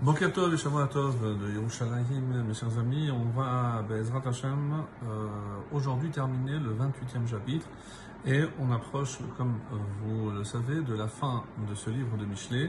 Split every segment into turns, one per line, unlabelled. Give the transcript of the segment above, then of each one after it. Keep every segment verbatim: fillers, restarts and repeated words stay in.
Boker Tov et Shavua Tov de Yerushalayim, mes chers amis. On va, Be'ezrat Hashem, euh, aujourd'hui terminer le vingt-huitième chapitre et on approche, comme vous le savez, de la fin de ce livre de Michelet.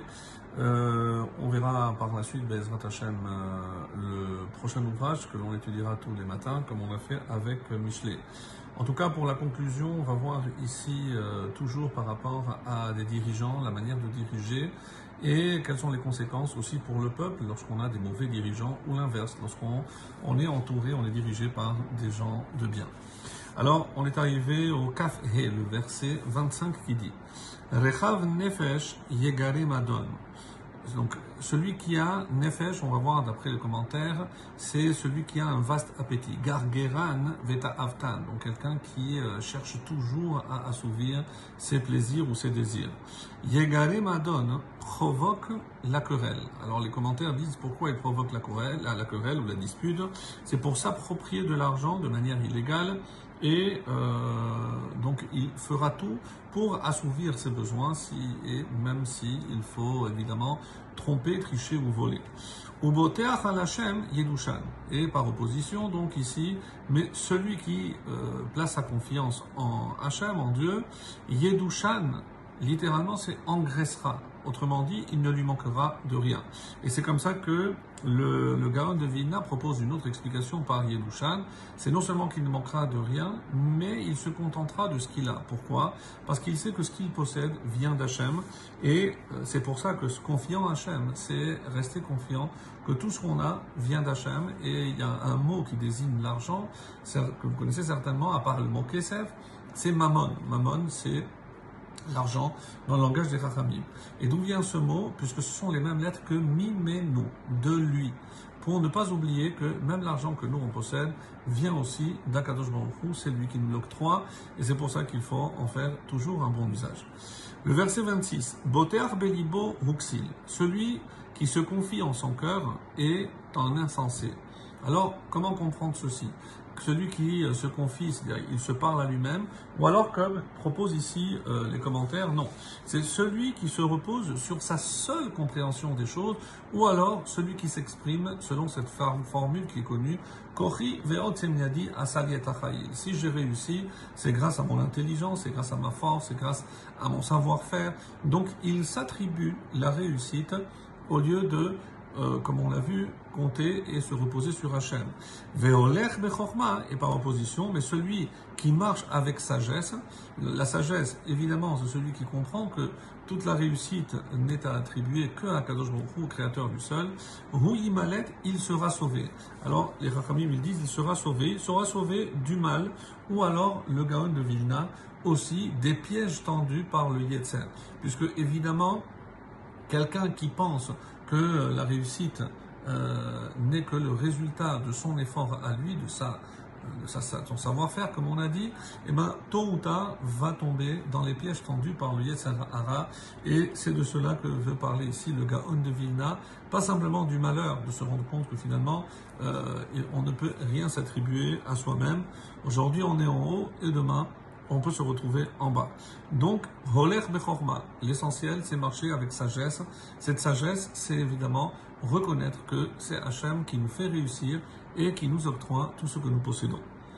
Euh, on verra par la suite, Be'ezrat Hashem, euh, le prochain ouvrage que l'on étudiera tous les matins, comme on l'a fait avec Michelet. En tout cas, pour la conclusion, on va voir ici euh, toujours par rapport à des dirigeants, la manière de diriger et quelles sont les conséquences aussi pour le peuple lorsqu'on a des mauvais dirigeants ou l'inverse, lorsqu'on on est entouré, on est dirigé par des gens de bien. Alors, on est arrivé au Kaf He, le verset vingt-cinq qui dit Rechav Nefesh Yegare Madon. Donc, celui qui a Nefesh, on va voir d'après les commentaires, c'est celui qui a un vaste appétit. Gargeran Veta Avtan, donc quelqu'un qui euh, cherche toujours à assouvir ses plaisirs ou ses désirs. Yegare Madon provoque la querelle. Alors, les commentaires disent pourquoi il provoque la querelle, la querelle ou la dispute. C'est pour s'approprier de l'argent de manière illégale. Et euh, donc il fera tout pour assouvir ses besoins, si, et même si il faut évidemment tromper, tricher ou voler. Uboteach al Hashem Yedushan. Et par opposition, donc ici, mais celui qui euh, place sa confiance en Hashem, en Dieu, Yedushan, littéralement c'est engraissera. Autrement dit, il ne lui manquera de rien. Et c'est comme ça que le, le Gaon de Vilna propose une autre explication par Yedushan. C'est non seulement qu'il ne manquera de rien, mais il se contentera de ce qu'il a. Pourquoi ? Parce qu'il sait que ce qu'il possède vient d'Hachem. Et c'est pour ça que se confier en Hachem, c'est rester confiant que tout ce qu'on a vient d'Hachem. Et il y a un mot qui désigne l'argent, que vous connaissez certainement, à part le mot Kesef, c'est Mammon. Mammon, c'est l'argent dans le langage des Chachamim. Et d'où vient ce mot? Puisque ce sont les mêmes lettres que Mimenu, de lui. Pour ne pas oublier que même l'argent que nous on possède vient aussi d'Akadosh Baruch Hu, c'est lui qui nous l'octroie, et c'est pour ça qu'il faut en faire toujours un bon usage. Le verset vingt-six, Boteach belibo huksil, celui qui se confie en son cœur est un insensé. Alors, comment comprendre ceci? Celui qui se confie, c'est-à-dire il se parle à lui-même, ou alors comme propose ici euh, les commentaires, non. C'est celui qui se repose sur sa seule compréhension des choses, ou alors celui qui s'exprime selon cette formule qui est connue, Kochi ve'ot semniadi asali et achayil. Si j'ai réussi, c'est grâce à mon intelligence, c'est grâce à ma force, c'est grâce à mon savoir-faire. Donc il s'attribue la réussite au lieu de Euh, comme on l'a vu, compter et se reposer sur Hachem. Ve'olech bechorma, et par opposition, mais celui qui marche avec sagesse, la sagesse, évidemment, c'est celui qui comprend que toute la réussite n'est à attribuer que à Kadosh Baruch Hu, créateur du seul. Hu imalet, il sera sauvé. Alors, les Chachamim, ils disent, il sera sauvé, il sera sauvé du mal, ou alors le Gaon de Vilna, aussi des pièges tendus par le Yetzer. Puisque, évidemment, quelqu'un qui pense que la réussite euh, n'est que le résultat de son effort à lui, de sa, de sa, son savoir-faire, comme on a dit, et ben tôt ou tard va tomber dans les pièges tendus par le Yetzer Hara, et c'est de cela que veut parler ici le Gaon de Vilna, pas simplement du malheur de se rendre compte que finalement euh, on ne peut rien s'attribuer à soi-même. Aujourd'hui on est en haut et demain on peut se retrouver en bas. Donc, Holer Bechorma, l'essentiel, c'est marcher avec sagesse. Cette sagesse, c'est évidemment reconnaître que c'est Hachem qui nous fait réussir et qui nous octroie tout ce que nous possédons.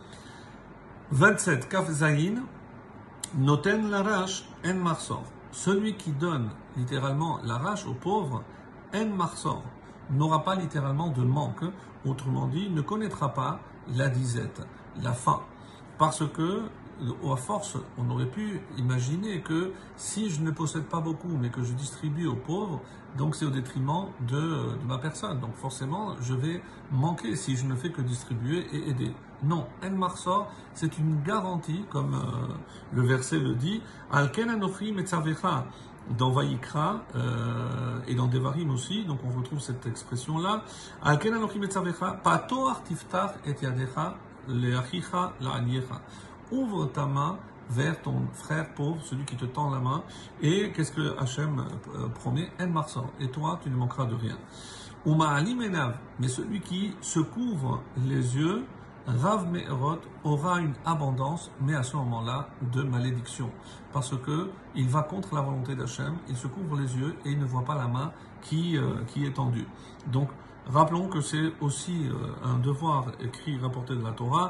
vingt-sept, Kaf Zayin, Noten l'arash en marsor. Celui qui donne littéralement l'arash aux pauvres, en marsor, n'aura pas littéralement de manque. Autrement dit, ne connaîtra pas la disette, la faim. Parce que à force, on aurait pu imaginer que si je ne possède pas beaucoup, mais que je distribue aux pauvres, donc c'est au détriment de, de ma personne. Donc forcément, je vais manquer si je ne fais que distribuer et aider. Non, En Marsor, c'est une garantie, comme euh, le verset le dit, Alken Anofri Metzavecha, dans Vayikra euh, et dans Devarim aussi, donc on retrouve cette expression-là, Alken Anofri Metzavecha, Pato Artiftar et Yadecha, Leachicha La'aniecha. Ouvre ta main vers ton frère pauvre, celui qui te tend la main. Et qu'est-ce que Hachem euh, promet? En marsor. Et toi, tu ne manqueras de rien. Uma ali menav, mais celui qui se couvre les yeux, Rav Me'erot aura une abondance, mais à ce moment-là, de malédiction. Parce que il va contre la volonté d'Hachem, il se couvre les yeux et il ne voit pas la main qui, euh, qui est tendue. Donc, rappelons que c'est aussi euh, un devoir écrit, rapporté de la Torah.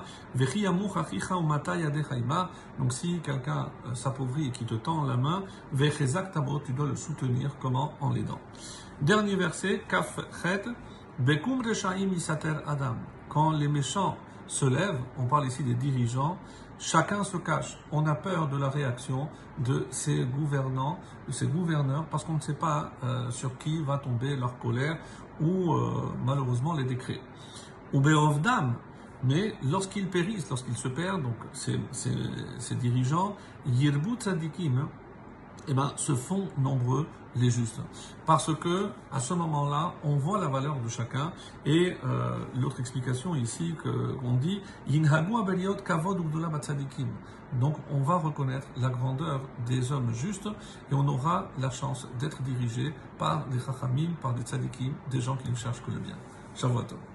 Donc, si quelqu'un euh, s'appauvrit et qui te tend la main, tu dois le soutenir. Comment? En l'aidant. Dernier verset, Kaf Chet, Bekum Reshaim Isater Adam. Quand les méchants se lèvent, on parle ici des dirigeants, chacun se cache. On a peur de la réaction de ces gouvernants, de ces gouverneurs, parce qu'on ne sait pas euh, sur qui va tomber leur colère ou euh, malheureusement les décrets. Ou Berovdam, mais lorsqu'ils périssent, lorsqu'ils se perdent, donc ces, ces, ces dirigeants, Yirbu Tzadikim, eh ben, se font nombreux les justes. Parce que, à ce moment-là, on voit la valeur de chacun. Et euh, l'autre explication ici que, qu'on dit, donc on va reconnaître la grandeur des hommes justes et on aura la chance d'être dirigé par des chachamim, par des tzadikim, des gens qui ne cherchent que le bien. Shavuot Tov.